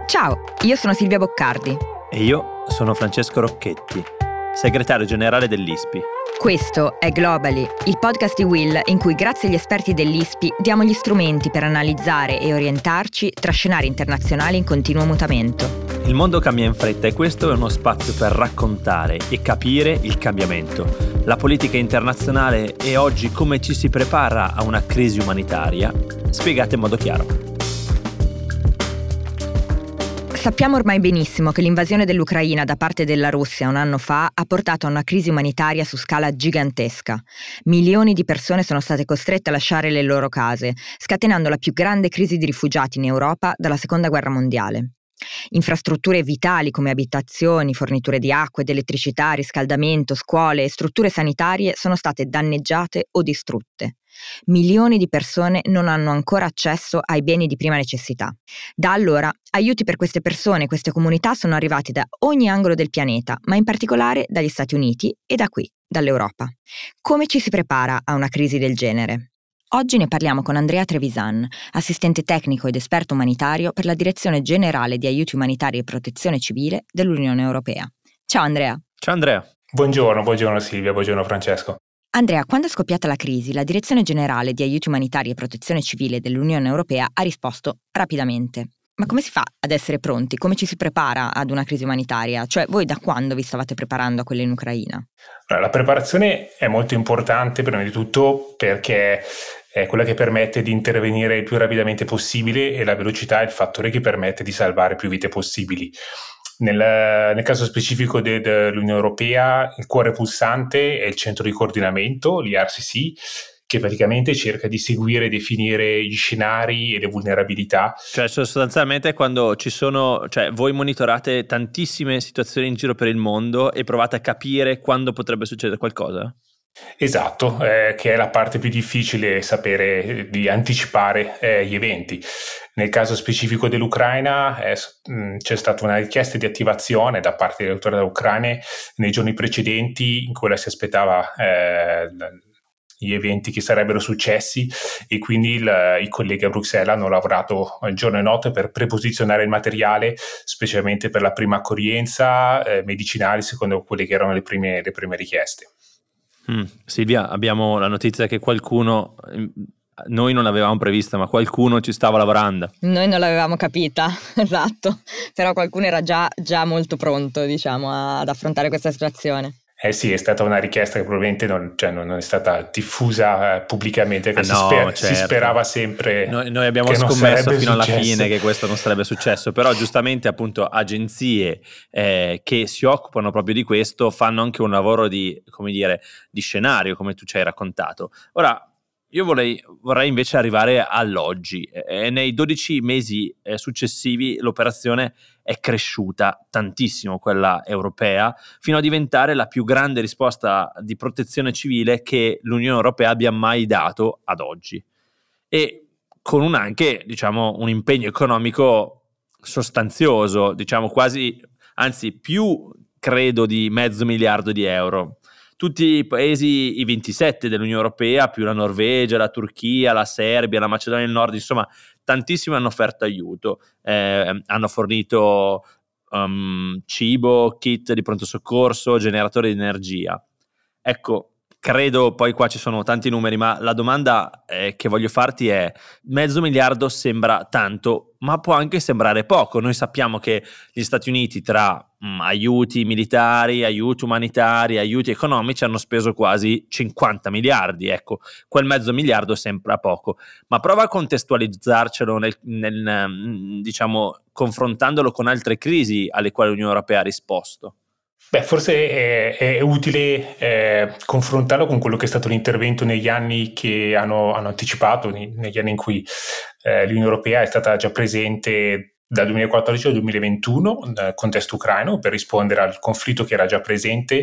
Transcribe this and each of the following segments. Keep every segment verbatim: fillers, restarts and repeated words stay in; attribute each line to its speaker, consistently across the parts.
Speaker 1: Ciao, io sono Silvia Boccardi.
Speaker 2: E io sono Francesco Rocchetti, segretario generale dell'I S P I.
Speaker 1: Questo è Globally, il podcast di Will in cui grazie agli esperti dell'I S P I diamo gli strumenti per analizzare e orientarci tra scenari internazionali in continuo mutamento.
Speaker 2: Il mondo cambia in fretta e questo è uno spazio per raccontare e capire il cambiamento, la politica internazionale e oggi come ci si prepara a una crisi umanitaria, spiegate in modo chiaro.
Speaker 1: Sappiamo ormai benissimo che l'invasione dell'Ucraina da parte della Russia un anno fa ha portato a una crisi umanitaria su scala gigantesca. Milioni di persone sono state costrette a lasciare le loro case, scatenando la più grande crisi di rifugiati in Europa dalla Seconda Guerra Mondiale. Infrastrutture vitali come abitazioni, forniture di acqua ed elettricità, riscaldamento, scuole e strutture sanitarie sono state danneggiate o distrutte. Milioni di persone non hanno ancora accesso ai beni di prima necessità. Da allora, aiuti per queste persone e queste comunità sono arrivati da ogni angolo del pianeta, ma in particolare dagli Stati Uniti e da qui, dall'Europa. Come ci si prepara a una crisi del genere? Oggi ne parliamo con Andrea Trevisan, assistente tecnico ed esperto umanitario per la Direzione Generale di Aiuti Umanitari e Protezione Civile dell'Unione Europea. Ciao Andrea.
Speaker 2: Ciao Andrea.
Speaker 3: Buongiorno, buongiorno Silvia, buongiorno Francesco.
Speaker 1: Andrea, quando è scoppiata la crisi, la Direzione Generale di Aiuti Umanitari e Protezione Civile dell'Unione Europea ha risposto rapidamente. Ma come si fa ad essere pronti? Come ci si prepara ad una crisi umanitaria? Cioè, voi da quando vi stavate preparando a quella in Ucraina?
Speaker 3: Allora, la preparazione è molto importante, prima di tutto perché è quella che permette di intervenire il più rapidamente possibile e la velocità è il fattore che permette di salvare più vite possibili. Nel, nel caso specifico de, dell'Unione Europea, il cuore pulsante è il centro di coordinamento, l'I R C C, che praticamente cerca di seguire e definire gli scenari e le vulnerabilità.
Speaker 2: Cioè sostanzialmente quando ci sono, cioè voi monitorate tantissime situazioni in giro per il mondo e provate a capire quando potrebbe succedere qualcosa?
Speaker 3: Esatto, eh, che è la parte più difficile, sapere di anticipare eh, gli eventi. Nel caso specifico dell'Ucraina eh, mh, c'è stata una richiesta di attivazione da parte delle autorità ucraine nei giorni precedenti in cui si aspettava eh, gli eventi che sarebbero successi e quindi il, i colleghi a Bruxelles hanno lavorato giorno e notte per preposizionare il materiale, specialmente per la prima accoglienza, eh, medicinali, secondo quelle che erano le prime, le prime richieste.
Speaker 2: Mm. Silvia, abbiamo la notizia che qualcuno, noi non l'avevamo prevista, ma qualcuno ci stava lavorando.
Speaker 1: Noi non l'avevamo capita, esatto, però qualcuno era già, già molto pronto, diciamo, ad affrontare questa situazione.
Speaker 3: Eh sì, è stata una richiesta che probabilmente non, cioè non è stata diffusa eh, pubblicamente, che
Speaker 2: ah
Speaker 3: si,
Speaker 2: no,
Speaker 3: sper-
Speaker 2: certo.
Speaker 3: si sperava sempre.
Speaker 2: Noi, noi abbiamo
Speaker 3: che
Speaker 2: scommesso fino alla
Speaker 3: successo.
Speaker 2: fine che questo non sarebbe successo, però giustamente appunto agenzie eh, che si occupano proprio di questo fanno anche un lavoro di, come dire, di scenario, come tu ci hai raccontato. Ora, io vorrei, vorrei invece arrivare all'oggi. Eh, nei dodici mesi eh, successivi l'operazione è cresciuta tantissimo, quella europea, fino a diventare la più grande risposta di protezione civile che l'Unione Europea abbia mai dato ad oggi. E con un anche, diciamo, un impegno economico sostanzioso, diciamo quasi, anzi più credo di mezzo miliardo di euro. Tutti i paesi, i ventisette dell'Unione Europea, più la Norvegia, la Turchia, la Serbia, la Macedonia del Nord, insomma, tantissimi hanno offerto aiuto, eh, hanno fornito um, cibo, kit di pronto soccorso, generatori di energia. Ecco, credo, poi qua ci sono tanti numeri, ma la domanda eh, che voglio farti è: mezzo miliardo sembra tanto, ma può anche sembrare poco. Noi sappiamo che gli Stati Uniti tra mh, aiuti militari, aiuti umanitari, aiuti economici hanno speso quasi cinquanta miliardi, ecco, quel mezzo miliardo sembra poco, ma prova a contestualizzarcelo nel, nel mh, diciamo, confrontandolo con altre crisi alle quali l'Unione Europea ha risposto.
Speaker 3: Beh, forse è, è utile eh, confrontarlo con quello che è stato l'intervento negli anni che hanno, hanno anticipato, negli anni in cui eh, l'Unione Europea è stata già presente dal duemilaquattordici al duemilaventuno nel contesto ucraino per rispondere al conflitto che era già presente,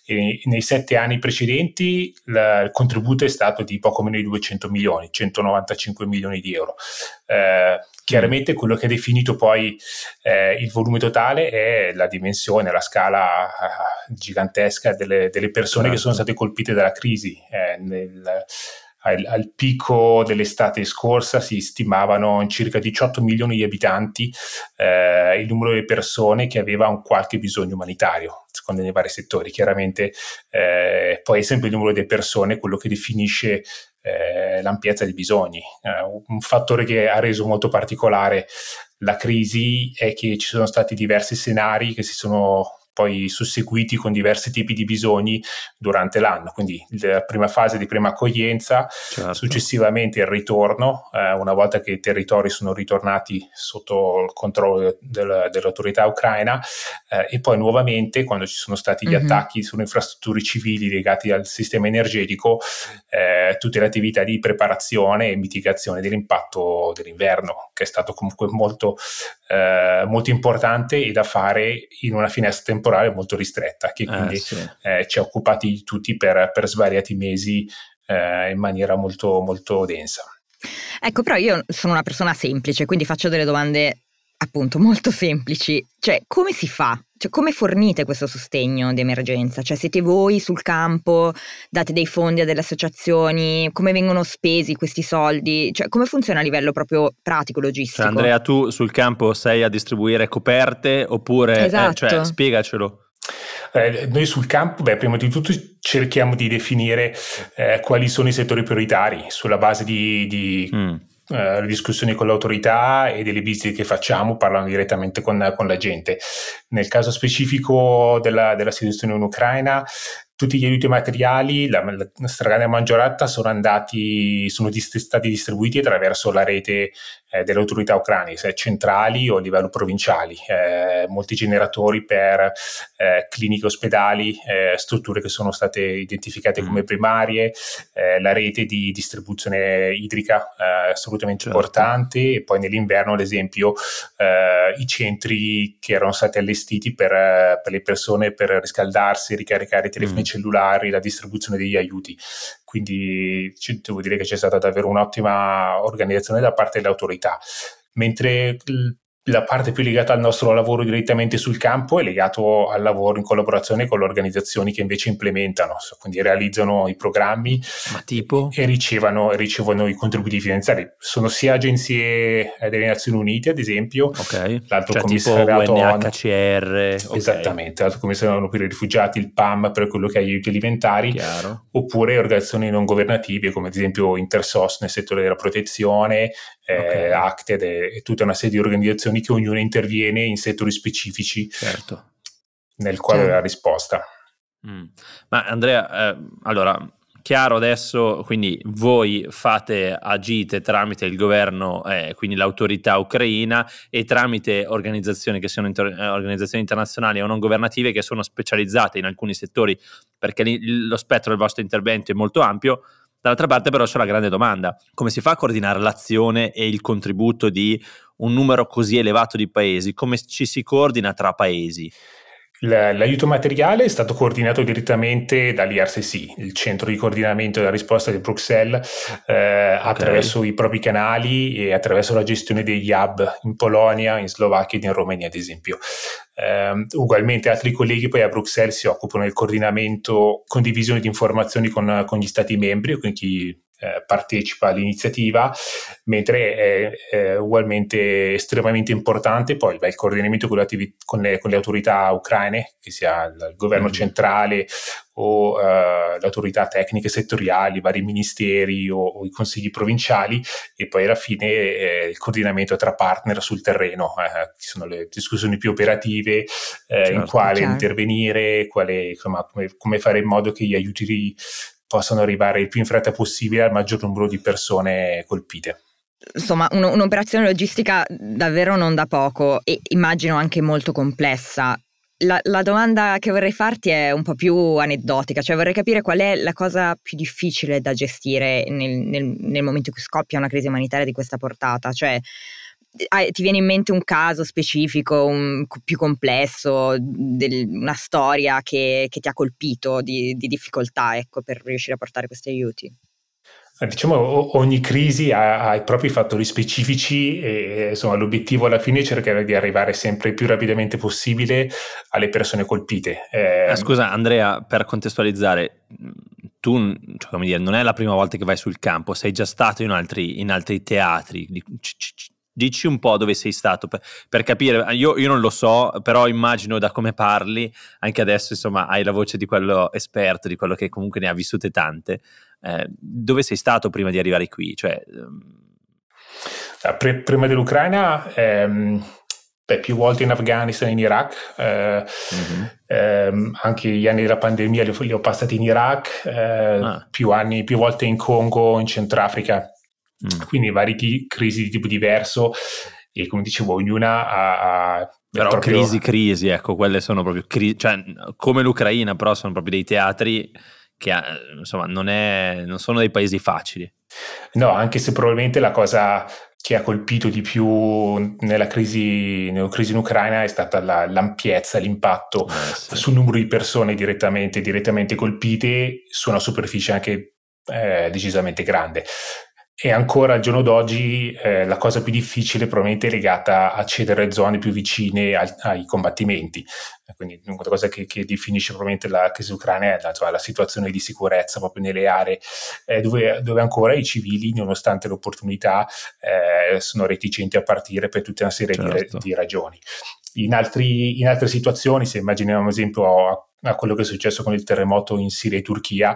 Speaker 3: e nei sette anni precedenti la, il contributo è stato di poco meno di duecento milioni, centonovantacinque milioni di euro. Eh, chiaramente quello che ha definito poi eh, il volume totale è la dimensione, la scala uh, gigantesca delle, delle persone certo. che sono state colpite dalla crisi. Eh, nel, al, al picco dell'estate scorsa si stimavano in circa diciotto milioni di abitanti eh, il numero di persone che aveva un qualche bisogno umanitario, secondo i vari settori. Chiaramente eh, poi è sempre il numero di persone quello che definisce eh, l'ampiezza dei bisogni. Eh, un fattore che ha reso molto particolare la crisi è che ci sono stati diversi scenari che si sono poi susseguiti con diversi tipi di bisogni durante l'anno, quindi la prima fase di prima accoglienza, certo. Successivamente il ritorno, eh, una volta che i territori sono ritornati sotto il controllo del, dell'autorità ucraina, eh, e poi nuovamente quando ci sono stati gli mm-hmm. attacchi sulle infrastrutture civili legati al sistema energetico, eh, tutte le attività di preparazione e mitigazione dell'impatto dell'inverno, che è stato comunque molto, eh, molto importante e da fare in una finestra temporale molto ristretta, che quindi eh, sì. eh, ci ha occupati tutti per, per svariati mesi eh, in maniera molto, molto densa.
Speaker 1: Ecco, però io sono una persona semplice, quindi faccio delle domande appunto molto semplici. Cioè, come si fa? Cioè, come fornite questo sostegno di emergenza? Cioè, siete voi sul campo, date dei fondi a delle associazioni, come vengono spesi questi soldi? Cioè, come funziona a livello proprio pratico, logistico?
Speaker 2: Cioè, Andrea, tu sul campo sei a distribuire coperte oppure...
Speaker 1: Esatto.
Speaker 2: Eh, cioè, spiegacelo.
Speaker 3: Eh, noi sul campo, beh, prima di tutto cerchiamo di definire eh, quali sono i settori prioritari sulla base di... di mm. Uh, discussioni con l'autorità e delle visite che facciamo, parlando direttamente con, con la gente. Nel caso specifico della, della situazione in Ucraina, tutti gli aiuti materiali, la, la stragrande maggioranza sono andati, sono dist- stati distribuiti attraverso la rete eh, delle autorità ucraine, se centrali o a livello provinciali, eh, molti generatori per eh, cliniche, ospedali, eh, strutture che sono state identificate mm. come primarie, eh, la rete di distribuzione idrica eh, assolutamente certo. importante, e poi nell'inverno ad esempio eh, i centri che erano stati allestiti per, per le persone per riscaldarsi, ricaricare i telefoni mm. cellulari, la distribuzione degli aiuti. Quindi devo dire che c'è stata davvero un'ottima organizzazione da parte delle autorità, mentre la parte più legata al nostro lavoro direttamente sul campo è legato al lavoro in collaborazione con le organizzazioni che invece implementano, quindi realizzano i programmi
Speaker 2: Ma tipo?
Speaker 3: e ricevono, ricevono i contributi finanziari. Sono sia agenzie delle Nazioni Unite, ad esempio,
Speaker 2: okay.
Speaker 3: l'altro
Speaker 2: cioè
Speaker 3: commissariato
Speaker 2: tipo U N H C R,
Speaker 3: okay. Esattamente, l'altro commissariato per i rifugiati, il P A M per quello che è gli aiuti alimentari,
Speaker 2: Chiaro.
Speaker 3: Oppure organizzazioni non governative come ad esempio Intersos nel settore della protezione, eh, okay. Acted e, e tutta una serie di organizzazioni che ognuna interviene in settori specifici
Speaker 2: certo.
Speaker 3: nel quadro certo. della risposta.
Speaker 2: Mm. Ma Andrea, eh, allora, chiaro adesso, quindi voi fate, agite tramite il governo, eh, quindi l'autorità ucraina, e tramite organizzazioni che sono inter- organizzazioni internazionali o non governative che sono specializzate in alcuni settori, perché li, lo spettro del vostro intervento è molto ampio. Dall'altra parte però c'è la grande domanda: come si fa a coordinare l'azione e il contributo di un numero così elevato di paesi? Come ci si coordina tra paesi?
Speaker 3: L'aiuto materiale è stato coordinato direttamente dall'I R C C, il centro di coordinamento della risposta di Bruxelles, eh, okay. attraverso i propri canali e attraverso la gestione degli hub in Polonia, in Slovacchia ed in Romania, ad esempio. Uh, ugualmente altri colleghi poi a Bruxelles si occupano del coordinamento, condivisione di informazioni con, con gli stati membri, con chi eh, partecipa all'iniziativa, mentre è, è ugualmente estremamente importante poi beh, il coordinamento con le, attivi- con, le, con le autorità ucraine, che sia il governo mm. centrale o uh, le autorità tecniche settoriali, i vari ministeri o, o i consigli provinciali, e poi alla fine eh, il coordinamento tra partner sul terreno. Eh, ci sono le discussioni più operative, eh, certo, in quale chiaro. intervenire, quale, insomma, come, come fare in modo che gli aiuti possano arrivare il più in fretta possibile al maggior numero di persone colpite.
Speaker 1: Insomma, un, un'operazione logistica davvero non da poco e immagino anche molto complessa. La, la domanda che vorrei farti è un po' più aneddotica, cioè vorrei capire qual è la cosa più difficile da gestire nel, nel, nel momento in cui scoppia una crisi umanitaria di questa portata. Cioè, ti viene in mente un caso specifico, un, più complesso, del, una storia che, che ti ha colpito di, di difficoltà, ecco, per riuscire a portare questi aiuti?
Speaker 3: Diciamo, ogni crisi ha, ha i propri fattori specifici e insomma l'obiettivo alla fine è cercare di arrivare sempre il più rapidamente possibile alle persone colpite.
Speaker 2: Eh, eh, scusa Andrea, per contestualizzare, tu, cioè, come dire, non è la prima volta che vai sul campo, sei già stato in altri, in altri teatri. Dici un po' dove sei stato per, per capire. Io, io non lo so, però immagino da come parli, anche adesso insomma hai la voce di quello esperto, di quello che comunque ne ha vissute tante. Eh, dove sei stato prima di arrivare qui? Cioè,
Speaker 3: Pre- prima dell'Ucraina, ehm, beh, più volte in Afghanistan e in Iraq, eh, mm-hmm. ehm, anche gli anni della pandemia li ho, li ho passati in Iraq, eh, ah. più anni, più volte in Congo, in Centrafrica. Mm. Quindi vari chi- crisi di tipo diverso, e come dicevo ognuna ha, ha
Speaker 2: però
Speaker 3: proprio...
Speaker 2: crisi crisi ecco, quelle sono proprio cri- cioè come l'Ucraina, però sono proprio dei teatri che insomma non, è, non sono dei paesi facili.
Speaker 3: No, anche se probabilmente la cosa che ha colpito di più nella crisi, nella crisi in Ucraina è stata la, l'ampiezza, l'impatto eh, sì. sul numero di persone direttamente, direttamente colpite su una superficie anche eh, decisamente grande. E ancora al giorno d'oggi eh, la cosa più difficile probabilmente è legata a accedere a zone più vicine ai, ai combattimenti. Quindi una cosa che, che definisce probabilmente la crisi ucraina è la, cioè, la situazione di sicurezza proprio nelle aree eh, dove, dove ancora i civili, nonostante l'opportunità, eh, sono reticenti a partire per tutta una serie certo. di, di ragioni. In, altri, in altre situazioni, se immaginiamo ad esempio a, a quello che è successo con il terremoto in Siria e Turchia,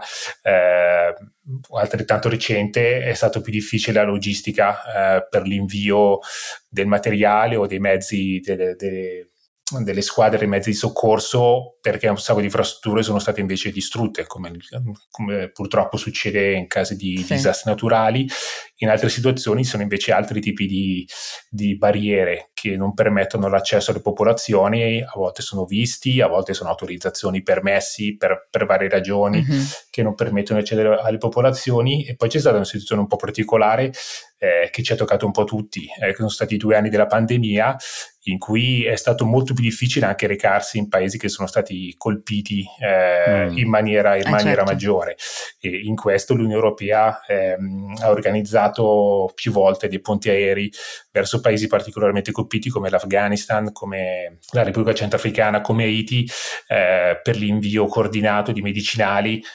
Speaker 3: eh, altrettanto recente, è stato più difficile la logistica eh, per l'invio del materiale o dei mezzi, delle, delle, delle squadre e mezzi di soccorso, perché un sacco di infrastrutture sono state invece distrutte, come, come purtroppo succede in casi di sì. disastri naturali. In altre situazioni sono invece altri tipi di, di barriere che non permettono l'accesso alle popolazioni, a volte sono visti, a volte sono autorizzazioni, permessi per, per varie ragioni mm-hmm. che non permettono di accedere alle popolazioni. E poi c'è stata una situazione un po' particolare eh, che ci ha toccato un po' tutti, eh, che sono stati i due anni della pandemia, in cui è stato molto più difficile anche recarsi in paesi che sono stati colpiti eh, mm. in maniera, in eh maniera certo. maggiore. E in questo l'Unione Europea ehm, ha organizzato più volte dei ponti aerei verso paesi particolarmente colpiti come l'Afghanistan, come la Repubblica Centrafricana, come Haiti, eh, per l'invio coordinato di medicinali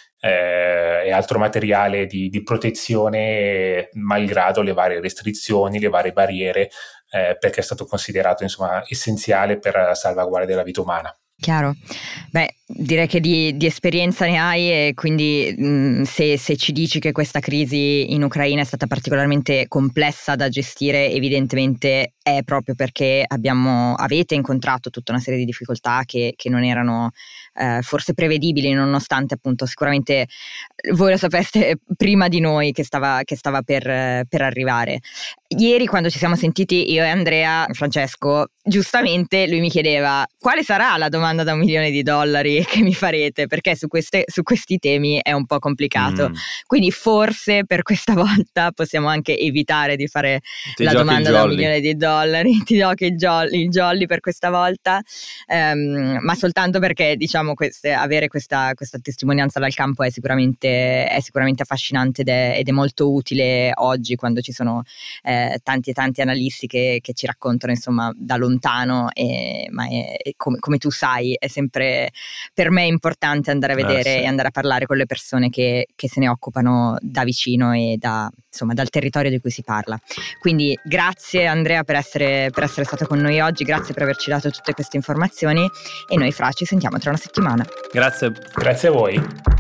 Speaker 3: Eh, e altro materiale di, di protezione, malgrado le varie restrizioni, le varie barriere, eh, perché è stato considerato insomma essenziale per la salvaguardia della vita umana.
Speaker 1: Chiaro. Beh, direi che di, di esperienza ne hai, e quindi mh, se, se ci dici che questa crisi in Ucraina è stata particolarmente complessa da gestire, evidentemente è proprio perché abbiamo, avete incontrato tutta una serie di difficoltà che, che non erano eh, forse prevedibili, nonostante appunto sicuramente voi lo sapeste prima di noi che stava, che stava per, per arrivare. Ieri quando ci siamo sentiti io e Andrea, Francesco, giustamente lui mi chiedeva quale sarà la domanda da un milione di dollari che mi farete, perché su, queste, su questi temi è un po' complicato. Mm. Quindi forse per questa volta possiamo anche evitare di fare Ti la domanda da un milione di dollari. Ti giochi il jolly, il jolly per questa volta, um, ma soltanto perché diciamo queste, avere questa, questa testimonianza dal campo è sicuramente, è sicuramente affascinante ed è, ed è molto utile oggi, quando ci sono eh, tanti e tanti analisti che, che ci raccontano insomma da lontano, e, ma è, è come, come tu sai è sempre per me importante andare a vedere ah, sì. e andare a parlare con le persone che, che se ne occupano da vicino e da, insomma, dal territorio di cui si parla. Quindi grazie Andrea per essere, per essere stato con noi oggi, grazie per averci dato tutte queste informazioni, e noi Fra ci sentiamo tra una settimana.
Speaker 2: Grazie.
Speaker 3: Grazie a voi.